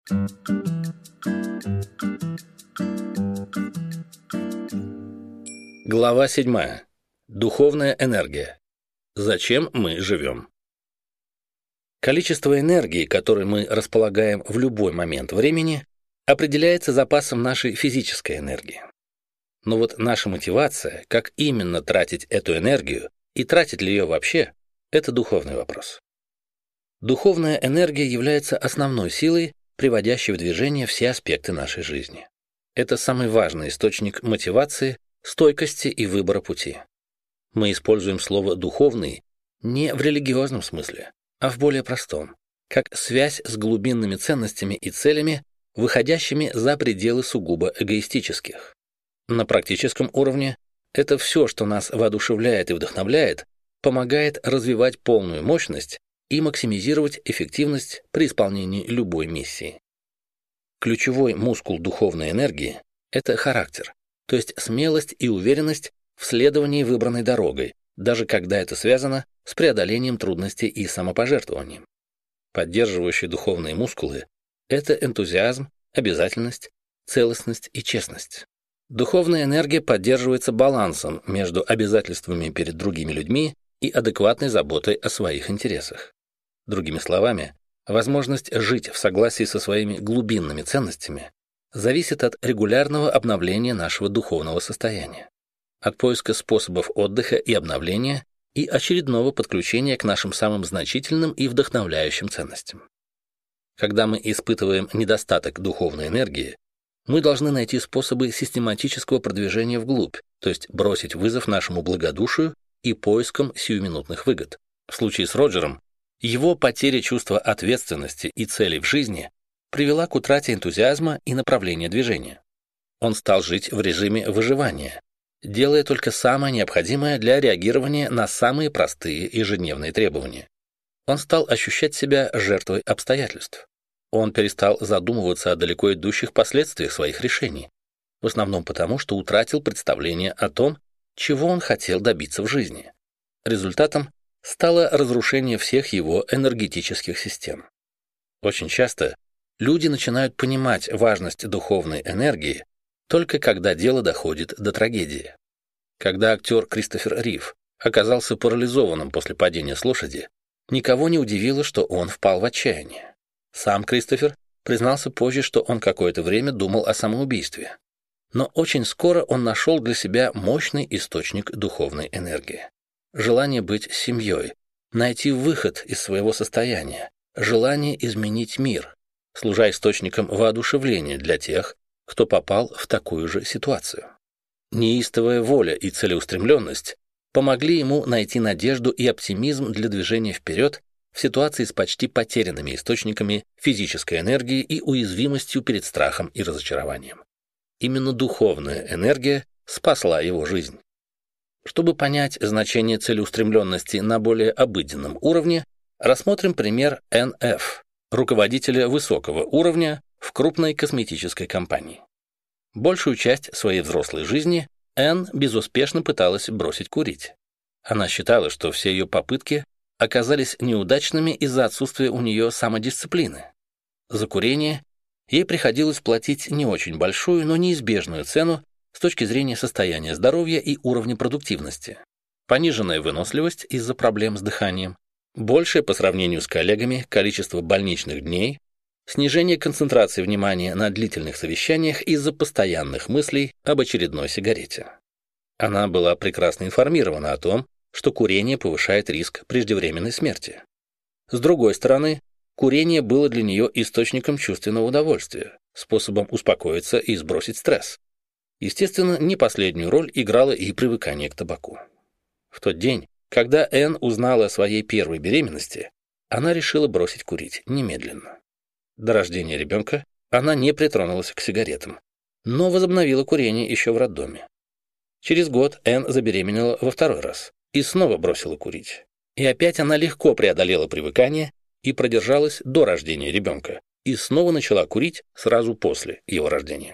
Глава 7. Духовная энергия. Зачем мы живем? Количество энергии, которой мы располагаем в любой момент времени, определяется запасом нашей физической энергии. Но вот наша мотивация, как именно тратить эту энергию и тратить ли ее вообще, это духовный вопрос. Духовная энергия является основной силой, приводящей в движение все аспекты нашей жизни. Это самый важный источник мотивации, стойкости и выбора пути. Мы используем слово «духовный» не в религиозном смысле, а в более простом, как связь с глубинными ценностями и целями, выходящими за пределы сугубо эгоистических. На практическом уровне это все, что нас воодушевляет и вдохновляет, помогает развивать полную мощность и максимизировать эффективность при исполнении любой миссии. Ключевой мускул духовной энергии – это характер, то есть смелость и уверенность в следовании выбранной дорогой, даже когда это связано с преодолением трудностей и самопожертвованием. Поддерживающие духовные мускулы – это энтузиазм, обязательность, целостность и честность. Духовная энергия поддерживается балансом между обязательствами перед другими людьми и адекватной заботой о своих интересах. Другими словами, возможность жить в согласии со своими глубинными ценностями зависит от регулярного обновления нашего духовного состояния, от поиска способов отдыха и обновления и очередного подключения к нашим самым значительным и вдохновляющим ценностям. Когда мы испытываем недостаток духовной энергии, мы должны найти способы систематического продвижения вглубь, то есть бросить вызов нашему благодушию и поискам сиюминутных выгод. В случае с Роджером его потеря чувства ответственности и целей в жизни привела к утрате энтузиазма и направления движения. Он стал жить в режиме выживания, делая только самое необходимое для реагирования на самые простые ежедневные требования. Он стал ощущать себя жертвой обстоятельств. Он перестал задумываться о далеко идущих последствиях своих решений, в основном потому, что утратил представление о том, чего он хотел добиться в жизни. Результатом стало разрушение всех его энергетических систем. Очень часто люди начинают понимать важность духовной энергии только когда дело доходит до трагедии. Когда актер Кристофер Рив оказался парализованным после падения с лошади, никого не удивило, что он впал в отчаяние. Сам Кристофер признался позже, что он какое-то время думал о самоубийстве. Но очень скоро он нашел для себя мощный источник духовной энергии. Желание быть семьей, найти выход из своего состояния, желание изменить мир, служа источником воодушевления для тех, кто попал в такую же ситуацию. Неистовая воля и целеустремленность помогли ему найти надежду и оптимизм для движения вперед в ситуации с почти потерянными источниками физической энергии и уязвимостью перед страхом и разочарованием. Именно духовная энергия спасла его жизнь. Чтобы понять значение целеустремленности на более обыденном уровне, рассмотрим пример Н.Ф., руководителя высокого уровня в крупной косметической компании. Большую часть своей взрослой жизни Н безуспешно пыталась бросить курить. Она считала, что все ее попытки оказались неудачными из-за отсутствия у нее самодисциплины. За курение ей приходилось платить не очень большую, но неизбежную цену с точки зрения состояния здоровья и уровня продуктивности. Пониженная выносливость из-за проблем с дыханием, большее по сравнению с коллегами количество больничных дней, снижение концентрации внимания на длительных совещаниях из-за постоянных мыслей об очередной сигарете. Она была прекрасно информирована о том, что курение повышает риск преждевременной смерти. С другой стороны, курение было для нее источником чувственного удовольствия, способом успокоиться и сбросить стресс. Естественно, не последнюю роль играло и привыкание к табаку. В тот день, когда Энн узнала о своей первой беременности, она решила бросить курить немедленно. До рождения ребенка она не притронулась к сигаретам, но возобновила курение еще в роддоме. Через год Энн забеременела во второй раз и снова бросила курить. И опять она легко преодолела привыкание и продержалась до рождения ребенка, и снова начала курить сразу после его рождения.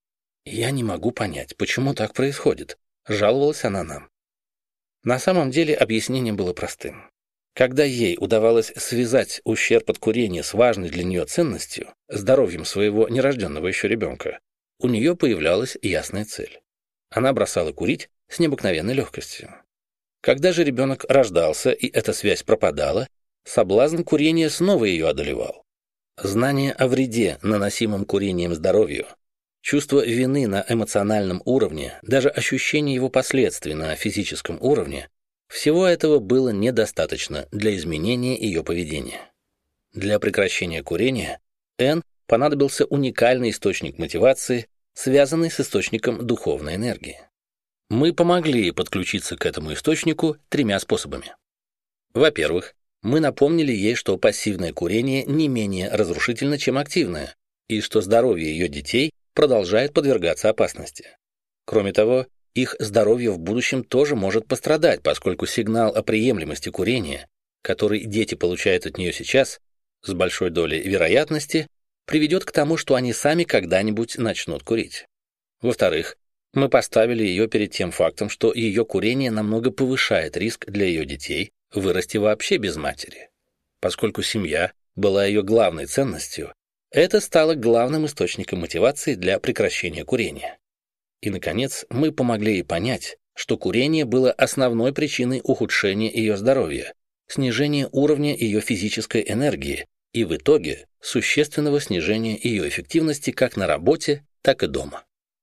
«Я не могу понять, почему так происходит», — жаловалась она нам. На самом деле объяснение было простым. Когда ей удавалось связать ущерб от курения с важной для нее ценностью, здоровьем своего нерожденного еще ребенка, у нее появлялась ясная цель. Она бросала курить с необыкновенной легкостью. Когда же ребенок рождался и эта связь пропадала, соблазн курения снова ее одолевал. Знание о вреде, наносимом курением здоровью, чувство вины на эмоциональном уровне, даже ощущение его последствий на физическом уровне, всего этого было недостаточно для изменения ее поведения. Для прекращения курения Энн понадобился уникальный источник мотивации, связанный с источником духовной энергии. Мы помогли ей подключиться к этому источнику 3 способами. Во-первых, мы напомнили ей, что пассивное курение не менее разрушительно, чем активное, и что здоровье ее детей продолжает подвергаться опасности. Кроме того, их здоровье в будущем тоже может пострадать, поскольку сигнал о приемлемости курения, который дети получают от нее сейчас, с большой долей вероятности, приведет к тому, что они сами когда-нибудь начнут курить. Во-вторых, мы поставили ее перед тем фактом, что ее курение намного повышает риск для ее детей вырасти вообще без матери. Поскольку семья была ее главной ценностью, это стало главным источником мотивации для прекращения курения. И, наконец, мы помогли ей понять, что курение было основной причиной ухудшения ее здоровья, снижения уровня ее физической энергии и, в итоге, существенного снижения ее эффективности как на работе, так и дома.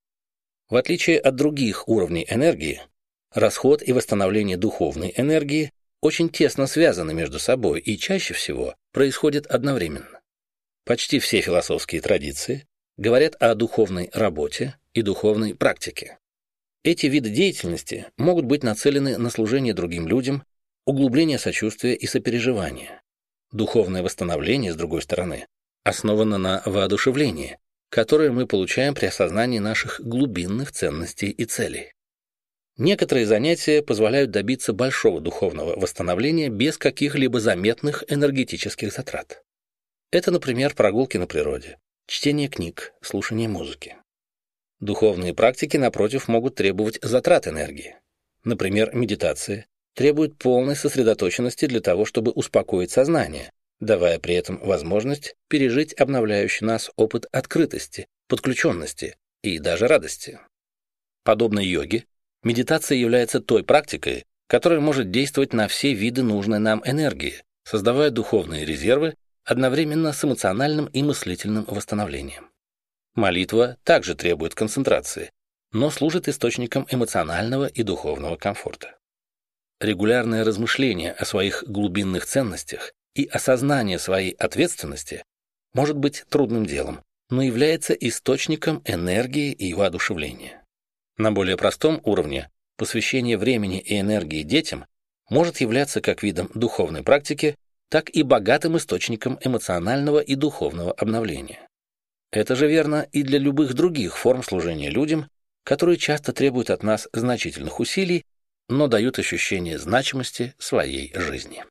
В отличие от других уровней энергии, расход и восстановление духовной энергии очень тесно связаны между собой и чаще всего происходят одновременно. Почти все философские традиции говорят о духовной работе и духовной практике. Эти виды деятельности могут быть нацелены на служение другим людям, углубление сочувствия и сопереживания. Духовное восстановление, с другой стороны, основано на воодушевлении, которое мы получаем при осознании наших глубинных ценностей и целей. Некоторые занятия позволяют добиться большого духовного восстановления без каких-либо заметных энергетических затрат. Это, например, прогулки на природе, чтение книг, слушание музыки. Духовные практики, напротив, могут требовать затрат энергии. Например, медитация требует полной сосредоточенности для того, чтобы успокоить сознание, давая при этом возможность пережить обновляющий нас опыт открытости, подключенности и даже радости. Подобно йоге, медитация является той практикой, которая может действовать на все виды нужной нам энергии, создавая духовные резервы одновременно с эмоциональным и мыслительным восстановлением. Молитва также требует концентрации, но служит источником эмоционального и духовного комфорта. Регулярное размышление о своих глубинных ценностях и осознание своей ответственности может быть трудным делом, но является источником энергии и воодушевления. На более простом уровне посвящение времени и энергии детям может являться как видом духовной практики, так и богатым источником эмоционального и духовного обновления. Это же верно и для любых других форм служения людям, которые часто требуют от нас значительных усилий, но дают ощущение значимости своей жизни.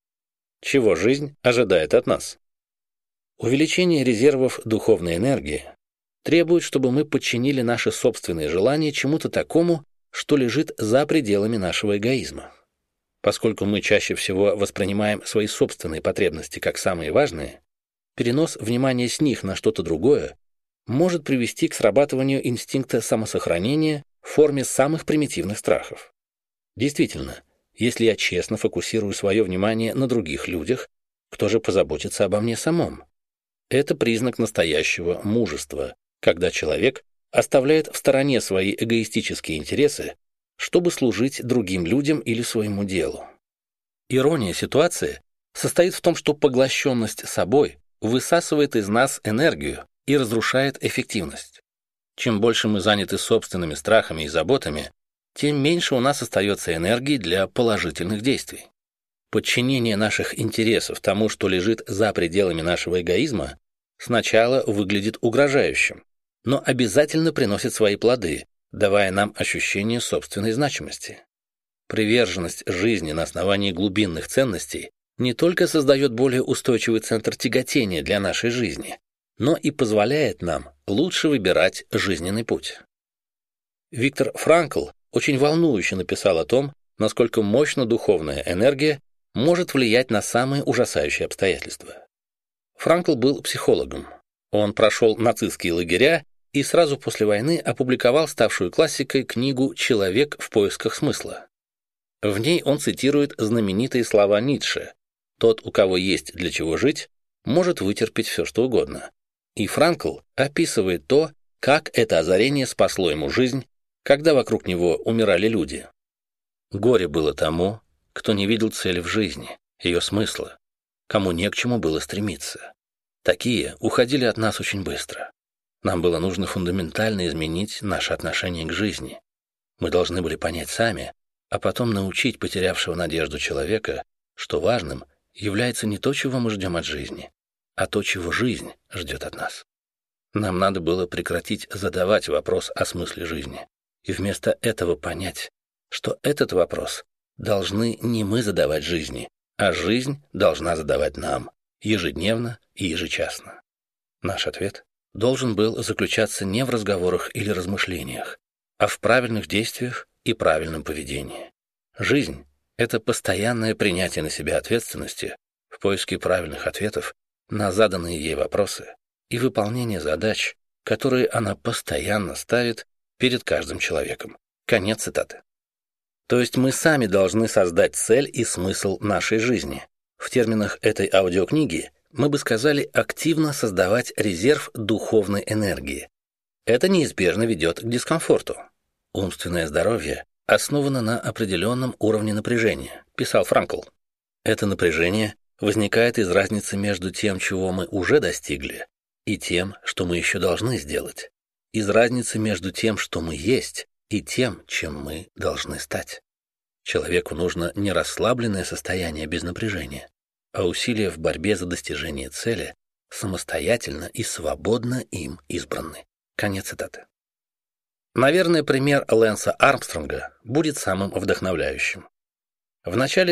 Чего жизнь ожидает от нас? Увеличение резервов духовной энергии требует, чтобы мы подчинили наши собственные желания чему-то такому, что лежит за пределами нашего эгоизма. Поскольку мы чаще всего воспринимаем свои собственные потребности как самые важные, перенос внимания с них на что-то другое может привести к срабатыванию инстинкта самосохранения в форме самых примитивных страхов. Действительно, если я честно фокусирую свое внимание на других людях, кто же позаботится обо мне самом? Это признак настоящего мужества, когда человек оставляет в стороне свои эгоистические интересы, чтобы служить другим людям или своему делу. Ирония ситуации состоит в том, что поглощенность собой высасывает из нас энергию и разрушает эффективность. Чем больше мы заняты собственными страхами и заботами, тем меньше у нас остается энергии для положительных действий. Подчинение наших интересов тому, что лежит за пределами нашего эгоизма, сначала выглядит угрожающим, но обязательно приносит свои плоды, давая нам ощущение собственной значимости. Приверженность жизни на основании глубинных ценностей не только создает более устойчивый центр тяготения для нашей жизни, но и позволяет нам лучше выбирать жизненный путь. Виктор Франкл очень волнующе написал о том, насколько мощна духовная энергия может влиять на самые ужасающие обстоятельства. Франкл был психологом. Он прошел нацистские лагеря и сразу после войны опубликовал ставшую классикой книгу «Человек в поисках смысла». В ней он цитирует знаменитые слова Ницше: «Тот, у кого есть для чего жить, может вытерпеть все, что угодно». И Франкл описывает то, как это озарение спасло ему жизнь, когда вокруг него умирали люди. Горе было тому, кто не видел цели в жизни, ее смысла, кому не к чему было стремиться. Такие уходили от нас очень быстро. Нам было нужно фундаментально изменить наше отношение к жизни. Мы должны были понять сами, а потом научить потерявшего надежду человека, что важным является не то, чего мы ждем от жизни, а то, чего жизнь ждет от нас. Нам надо было прекратить задавать вопрос о смысле жизни, и вместо этого понять, что этот вопрос должны не мы задавать жизни, а жизнь должна задавать нам, ежедневно и ежечасно. Наш ответ должен был заключаться не в разговорах или размышлениях, а в правильных действиях и правильном поведении. Жизнь — это постоянное принятие на себя ответственности в поиске правильных ответов на заданные ей вопросы и выполнение задач, которые она постоянно ставит перед каждым человеком. Конец цитаты. То есть мы сами должны создать цель и смысл нашей жизни. В терминах этой аудиокниги мы бы сказали активно создавать резерв духовной энергии. Это неизбежно ведет к дискомфорту. Умственное здоровье основано на определенном уровне напряжения, писал Франкл. Это напряжение возникает из разницы между тем, чего мы уже достигли, и тем, что мы еще должны сделать, из разницы между тем, что мы есть, и тем, чем мы должны стать. Человеку нужно не расслабленное состояние без напряжения, а усилия в борьбе за достижение цели, самостоятельно и свободно им избраны. Конец цитаты. Наверное, пример Лэнса Армстронга будет самым вдохновляющим. В начале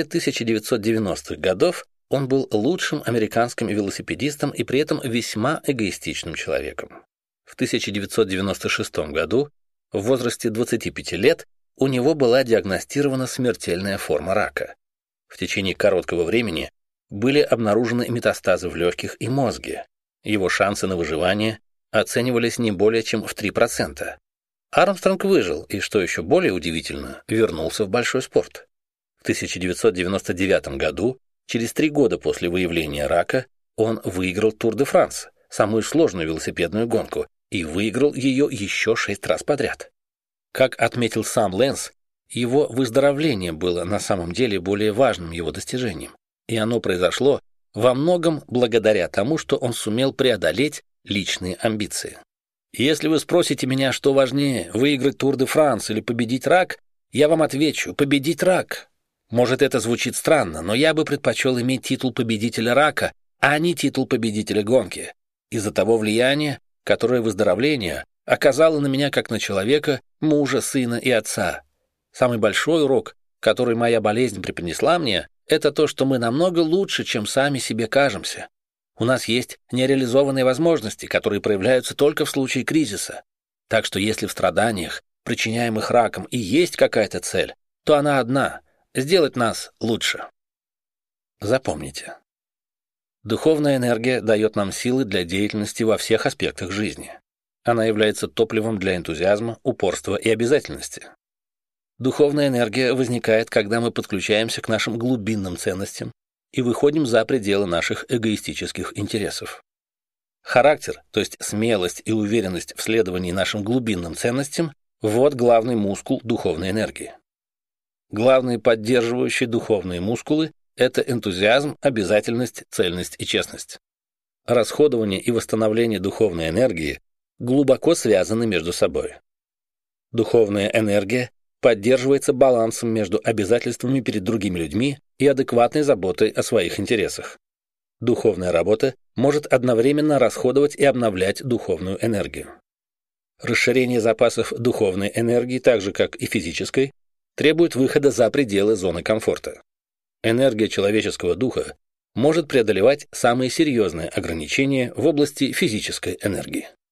1990-х годов он был лучшим американским велосипедистом и при этом весьма эгоистичным человеком. В 1996 году, в возрасте 25 лет, у него была диагностирована смертельная форма рака. В течение короткого времени были обнаружены метастазы в легких и мозге. Его шансы на выживание оценивались не более чем в 3%. Армстронг выжил и, что еще более удивительно, вернулся в большой спорт. В 1999 году, через 3 года после выявления рака, он выиграл Тур-де-Франс, самую сложную велосипедную гонку, и выиграл ее еще 6 раз подряд. Как отметил сам Лэнс, его выздоровление было на самом деле более важным его достижением, и оно произошло во многом благодаря тому, что он сумел преодолеть личные амбиции. Если вы спросите меня, что важнее, выиграть Тур-де-Франс или победить рак, я вам отвечу: победить рак. Может, это звучит странно, но я бы предпочел иметь титул победителя рака, а не титул победителя гонки, из-за того влияния, которое выздоровление оказало на меня как на человека, мужа, сына и отца. Самый большой урок, который моя болезнь преподнесла мне, это то, что мы намного лучше, чем сами себе кажемся. У нас есть нереализованные возможности, которые проявляются только в случае кризиса. Так что если в страданиях, причиняемых раком, и есть какая-то цель, то она одна — сделать нас лучше. Запомните. Духовная энергия дает нам силы для деятельности во всех аспектах жизни. Она является топливом для энтузиазма, упорства и обязательности. Духовная энергия возникает, когда мы подключаемся к нашим глубинным ценностям и выходим за пределы наших эгоистических интересов. Характер, то есть смелость и уверенность в следовании нашим глубинным ценностям – вот главный мускул духовной энергии. Главные поддерживающие духовные мускулы – это энтузиазм, обязательность, цельность и честность. Расходование и восстановление духовной энергии глубоко связаны между собой. Духовная энергия поддерживается балансом между обязательствами перед другими людьми и адекватной заботой о своих интересах. Духовная работа может одновременно расходовать и обновлять духовную энергию. Расширение запасов духовной энергии, так же как и физической, требует выхода за пределы зоны комфорта. Энергия человеческого духа может преодолевать самые серьезные ограничения в области физической энергии.